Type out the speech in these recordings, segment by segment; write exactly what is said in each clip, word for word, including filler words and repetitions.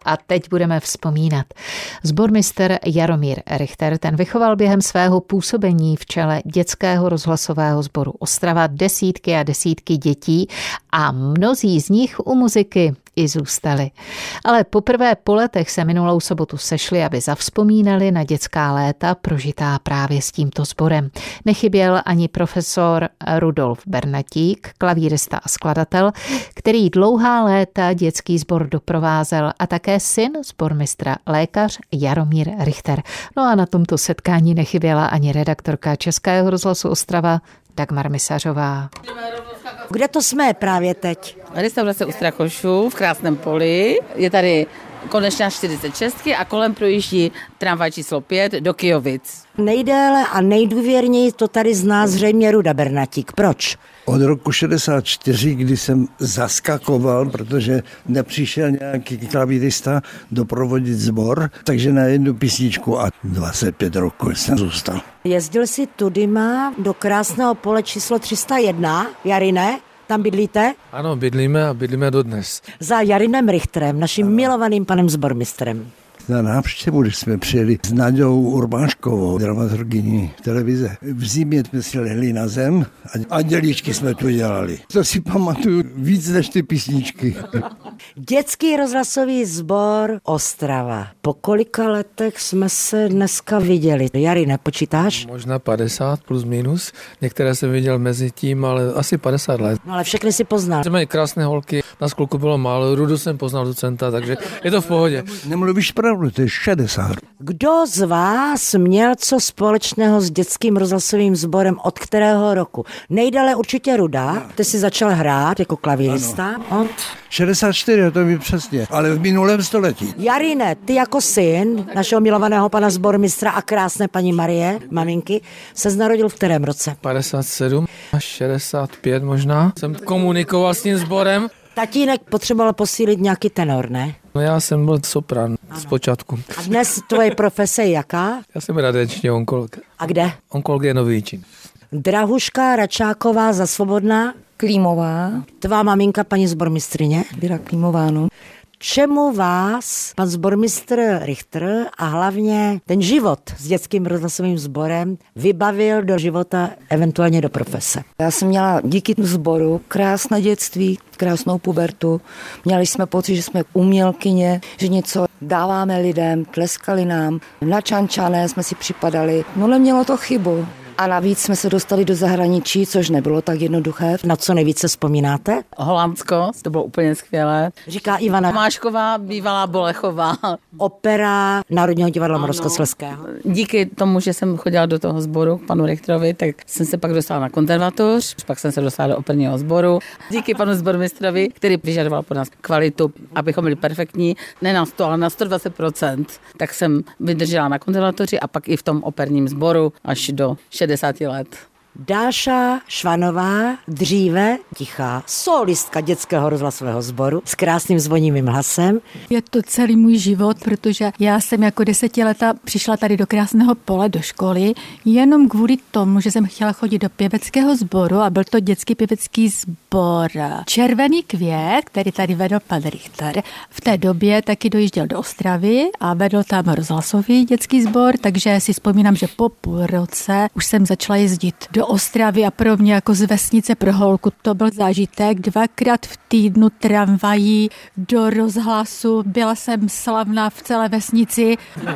a teď budeme vzpomínat. Sbormistr Jaromír Richter, ten vychoval během svého působení v čele dětského rozhlasového sboru Ostrava desítky a desítky dětí a mnozí z nich u muziky i zůstali. Ale poprvé po letech se minulou sobotu sešli, aby zavzpomínali na dětská léta prožitá právě s tímto sborem. Nechyběl ani profesor Rudolf Bernatík, klavírista a skladatel, který dlouhá léta dětský sbor doprovázel, a také syn sbormistra, lékař Jaromír Richter. No a na tomto setkání nechyběla ani redaktorka Českého rozhlasu Ostrava Dagmar Misařová. Kde to jsme právě teď? Restaurace u Strakošů v Krásném Poli. Je tady konečná čtyřicet šest a kolem projíždí tramvaj číslo pět do Kyjovic. Nejdéle a nejdůvěrněji to tady zná zřejmě Ruda Bernatík. Proč? Od roku šedesát čtyři, kdy jsem zaskakoval, protože nepřišel nějaký klavírista doprovodit sbor, takže na jednu písničku a dvacet pět roků jsem zůstal. Jezdil jsi tudyma do Krásného Pole číslo tři sta jedna, Jarine? Tam bydlíte? Ano, bydlíme a bydlíme dodnes. Za Jarinem Richterem, naším ano. milovaným panem sbormistrem. Na návštěvu, když jsme přijeli s Naďou Urbáškovou, dramaturgyní televize. V zimě jsme si lehli na zem a andělíčky jsme tu dělali. To si pamatuju víc než ty písničky. Dětský rozhlasový sbor Ostrava. Po kolika letech jsme se dneska viděli? Jari, nepočítáš? Možná padesát plus minus. Některé jsem viděl mezi tím, ale asi padesát let. No ale všechny si poznal. Jsme i krásné holky, na skolku bylo málo, Rudu jsem poznal docenta, takže je to v pohodě. Nemluvíš pravdu, to je šedesát. Kdo z vás měl co společného s dětským rozhlasovým sborem od kterého roku? Nejdéle určitě Ruda, ty jsi začal hrát jako klavírista. Od... šedesát čtyři, to ví přesně, ale v minulém století. Jarine, ty jako syn našeho milovaného pana sbormistra a krásné paní Marie, maminky, se narodil v kterém roce? padesát sedm až šedesát pět možná. Jsem komunikoval s tím sborem. Tatínek potřeboval posílit nějaký tenor, ne? No já jsem byl sopran z počátku. A dnes tvoje profese je jaká? Já jsem radiační onkolog. A kde? Onkologie Nový Čín. Drahuška Račáková za Svobodná. Klímová. Tvá maminka, paní sbormistrině? Věra Klímová, no. Čemu vás pan sbormistr Richter a hlavně ten život s dětským rozhlasovým sborem vybavil do života, eventuálně do profese? Já jsem měla díky sboru krásné dětství, krásnou pubertu. Měli jsme pocit, že jsme umělkyně, že něco dáváme lidem, tleskali nám. Načančané jsme si připadali. No nemělo to chybu. A navíc jsme se dostali do zahraničí, což nebylo tak jednoduché. Na co nejvíce vzpomínáte? Holandsko, to bylo úplně skvělé. Říká Ivana Mášková, bývalá Bolechová. Opera Národního divadla Moravskoslezského. Díky tomu, že jsem chodila do toho sboru k panu Richterovi, tak jsem se pak dostala na konzervatoř, pak jsem se dostala do operního sboru. Díky panu sbormistrovi, který vyžadoval po nás kvalitu, abychom byli perfektní, ne na sto, ale na sto dvacet procent, tak jsem vydržela na konzervatoři a pak i v tom operním sboru až do šedesáti let. Dáša Švanová, dříve tichá solistka dětského rozhlasového sboru s krásným zvonivým hlasem. Je to celý můj život, protože já jsem jako desetileta přišla tady do Krásného Pole do školy jenom kvůli tomu, že jsem chtěla chodit do pěveckého sboru a byl to dětský pěvecký sbor Červený květ, který tady vedl pan Richter. V té době taky dojížděl do Ostravy a vedl tam rozhlasový dětský sbor, takže si vzpomínám, že po půl roce už jsem začala jezdit do Ostravy a pro mě jako z vesnice pro holku to byl zážitek. Dvakrát v týdnu tramvají do rozhlasu. Byla jsem slavná v celé vesnici,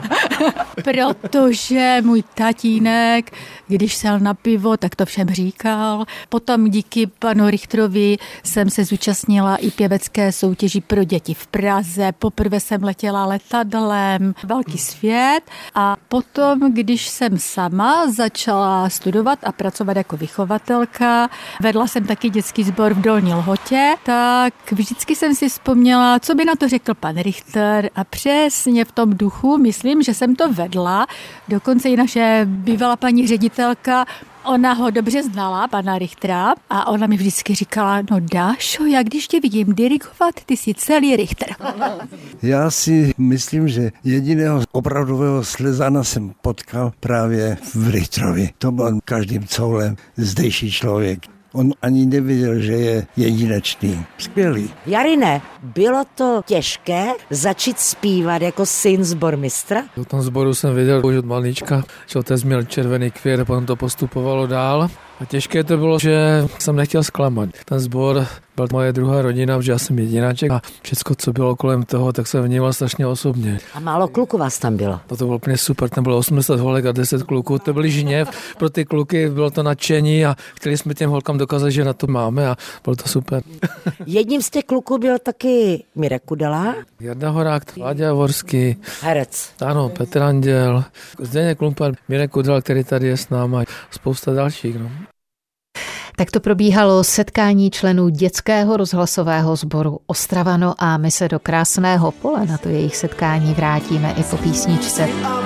protože můj tatínek, když šel na pivo, tak to všem říkal. Potom díky panu Richterovi jsem se zúčastnila i pěvecké soutěži pro děti v Praze. Poprvé jsem letěla letadlem, velký svět. A potom, když jsem sama začala studovat a pracovat jako vychovatelka, vedla jsem taky dětský sbor v Dolní Lhotě, tak vždycky jsem si vzpomněla, co by na to řekl pan Richter a přesně v tom duchu, myslím, že jsem to vedla. Dokonce i naše bývalá paní ředitelka, ona ho dobře znala, pana Richtera, a ona mi vždycky říkala, no Dášo, já když tě vidím dirigovat, ty jsi celý Richter. Já si myslím, že jediného opravdového slezana jsem potkal právě v Richterovi. To byl každým coulem zdejší člověk. On ani nevěděl, že je jedinečný. Skvělý. Jarine, bylo to těžké začít zpívat jako syn sbormistra? V tom sboru jsem věděl už od malička, že otec měl červený kvěr, potom to postupovalo dál. A těžké to bylo, že jsem nechtěl zklamat. Ten sbor byl moje druhá rodina, protože já jsem jedináček a všechno, co bylo kolem toho, tak jsem vnímal strašně osobně. A málo kluků vás tam bylo? No to bylo úplně super, tam bylo osmdesát holek a deset kluků, to byly žněv. Pro ty kluky bylo to nadšení a chtěli jsme těm holkám dokázat, že na to máme a bylo to super. Jedním z těch kluků byl taky Mirek Kudela. Jarda Horák, Láďa Javorský. Herec. Ano, Petr Anděl, Zdeněk Klumpar, Mirek Kudela, který tady je s náma, spousta dalších. No. Tak to probíhalo setkání členů dětského rozhlasového sboru Ostravano a my se do Krásného pole na to jejich setkání vrátíme i po písničce.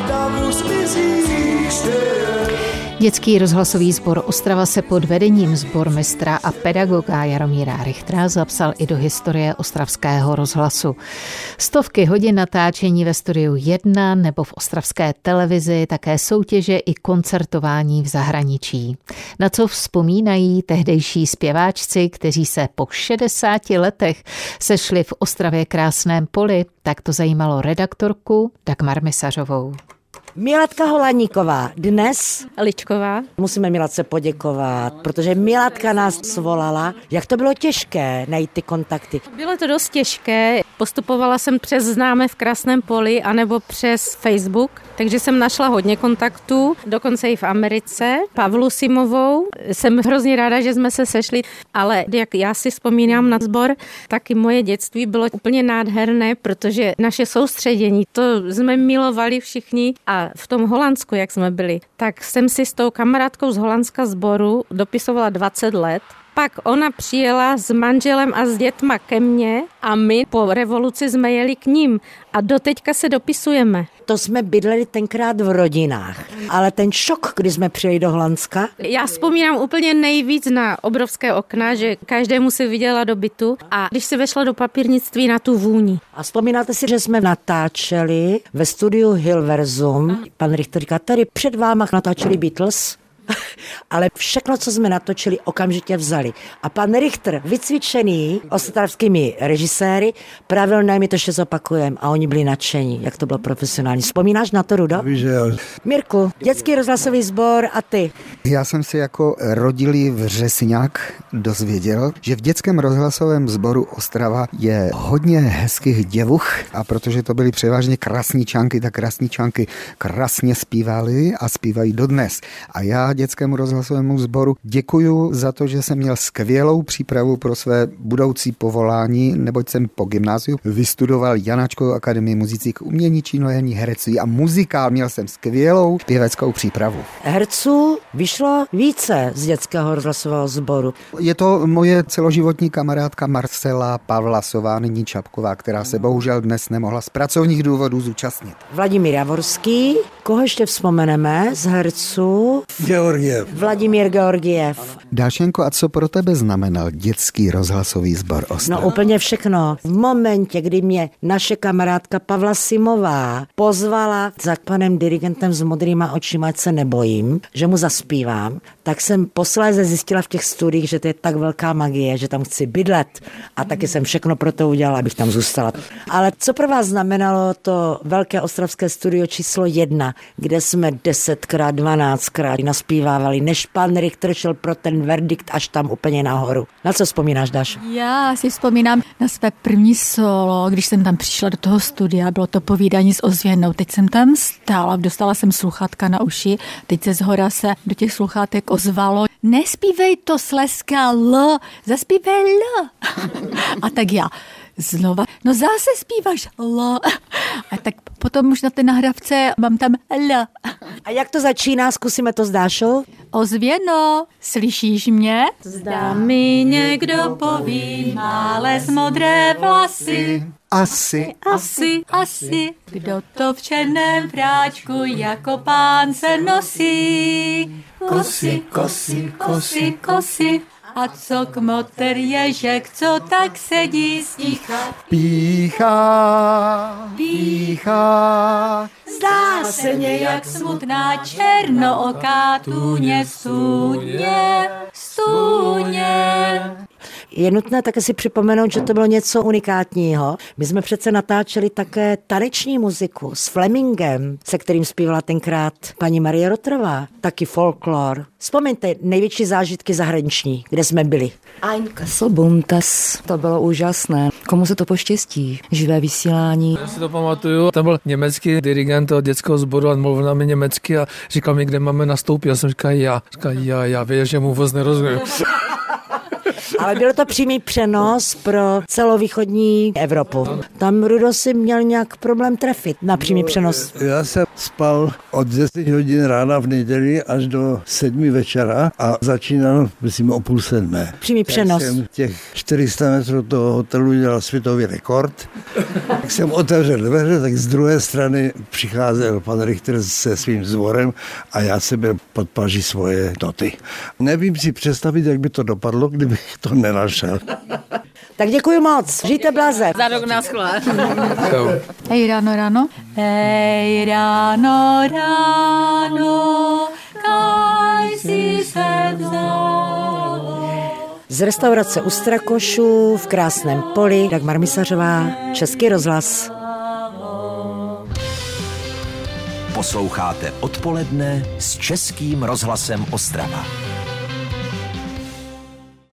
Dětský rozhlasový sbor Ostrava se pod vedením sbormistra a pedagoga Jaromíra Richtera zapsal i do historie ostravského rozhlasu. Stovky hodin natáčení ve studiu jedna nebo v ostravské televizi, také soutěže i koncertování v zahraničí. Na co vzpomínají tehdejší zpěváčci, kteří se po šedesáti letech sešli v Ostravě Krásném poli, tak to zajímalo redaktorku Dagmar Misařovou. Milatka Holaníková, dnes Ličková. Musíme Milatce poděkovat, protože Milatka nás svolala. Jak to bylo těžké najít ty kontakty? Bylo to dost těžké. Postupovala jsem přes známé v Krásném poli anebo přes Facebook, takže jsem našla hodně kontaktů, dokonce i v Americe. Pavlu Simovou. Jsem hrozně ráda, že jsme se sešli, ale jak já si vzpomínám na sbor, tak i moje dětství bylo úplně nádherné, protože naše soustředění, to jsme milovali všichni a v tom Holandsku, jak jsme byli, tak jsem si s tou kamarádkou z Holandska sboru dopisovala dvacet let. Pak ona přijela s manželem a s dětma ke mně a my po revoluci jsme jeli k ním a doteďka se dopisujeme. To jsme bydleli tenkrát v rodinách, ale ten šok, když jsme přijeli do Holandska. Já vzpomínám úplně nejvíc na obrovské okna, že každému si viděla do bytu a když se vešla do papírnictví na tu vůni. A vzpomínáte si, že jsme natáčeli ve studiu Hilversum. Pan Richter říká, tady před váma natáčeli Beatles. Ale všechno, co jsme natočili, okamžitě vzali. A pan Richter, vycvičený ostravskými režiséry, pravidelně mi to ještě zopakujeme a oni byli nadšení, jak to bylo profesionální. Vzpomínáš na to, Rudo? Víš, že jo. Mirku, dětský rozhlasový sbor a ty? Já jsem si jako rodilý vřesňák dozvěděl, že v dětském rozhlasovém sboru Ostrava je hodně hezkých děvuch a protože to byly převážně krasničanky, tak krasničanky krásně zpívaly a zpívají dodnes. A já dětskému rozhlasovému sboru děkuju za to, že jsem měl skvělou přípravu pro své budoucí povolání, neboť jsem po gymnáziu vystudoval Janáčkovou akademii muzických umění, činoherní herectví a muzikál. Měl jsem skvělou pěveckou přípravu. Herců vyšlo více z dětského rozhlasového sboru. Je to moje celoživotní kamarádka Marcela Pavlasová, nyní Čapková, která se bohužel dnes nemohla z pracovních důvodů zúčastnit. Vladimír Javorský, koho ještě vzpomeneme z herců? Georgiev. Vladimír Georgiev. Dášenko, a co pro tebe znamenal dětský rozhlasový sbor Ostrava? No úplně všechno. V momentě, kdy mě naše kamarádka Pavla Simová pozvala za panem dirigentem s modrýma očima, ať se nebojím, že mu zaspívám, tak jsem posléze zjistila v těch studiích, že to je tak velká magie, že tam chci bydlet a taky jsem všechno pro to udělala, abych tam zůstala. Ale co pro vás znamenalo to velké ostravské studio číslo jedna, kde jsme desetkrát, dvanáctkrát naspívávali, než pan Richter šel pro ten verdikt až tam úplně nahoru. Na co vzpomínáš, Dáš? Já si vzpomínám na své první solo, když jsem tam přišla do toho studia, bylo to povídání s ozvěnou. Teď jsem tam stála, dostala jsem sluchátka na uši, teď se zhora se do těch sluchátek ozvalo. Nespívej to Slezská L, zaspívej L. A tak já znova, no zase zpíváš L. A tak potom už na té nahrávce mám tam L. A jak to začíná? Zkusíme to s Dášou? Ozvěno, slyšíš mě? Zdá mi někdo poví, má les modré vlasy. Asi. Asi, Asi, kdo to v černém práčku jako pán se nosí. Kosy, kosy, kosy, kosy. A co kmoter ježek, co tak sedí sticha. Píchá, píchá. Zdá se nějak smutná černooká tůně sůně. sluně. Je nutné také si připomenout, že to bylo něco unikátního. My jsme přece natáčeli také taneční muziku s Flemingem, se kterým zpívala tenkrát paní Marie Rotrová, taky folklor. Vzpomeňte největší zážitky zahraniční, kde jsme byli. Ein Kesselbuntes, to bylo úžasné. Komu se to poštěstí? Živé vysílání. Já si to pamatuju, tam byl německý dirigent toho dětského sboru a mluvil na mě německy a říkal mi, kde máme nastoupit. Já jsem říkal, já. Říkal, já, já věděl, že mu vůbec nerozumím. Ale byl to přímý přenos pro celovýchodní Evropu. Tam Rudo si měl nějak problém trefit na přímý přenos. Já jsem spal od deset hodin rána v neděli až do sedmi večera a začínal, myslím, o půl sedmé. Přímý přenos. Tak jsem těch čtyři sta metrů toho hotelu dělal světový rekord. Tak jsem otevřel dveře, tak z druhé strany přicházel pan Richter se svým zvorem a já jsem byl pod paží svoje noty. Nevím si představit, jak by to dopadlo, kdybych to nenašel. Tak děkuji moc. Žijte blaze. Za rok na skle. Hej ráno, ráno. Hej ráno, ráno, kaj si se vzal. Z restaurace u Strakošů v Krásném Poli Dagmar Misařová, Český rozhlas. Posloucháte Odpoledne s Českým rozhlasem Ostrava.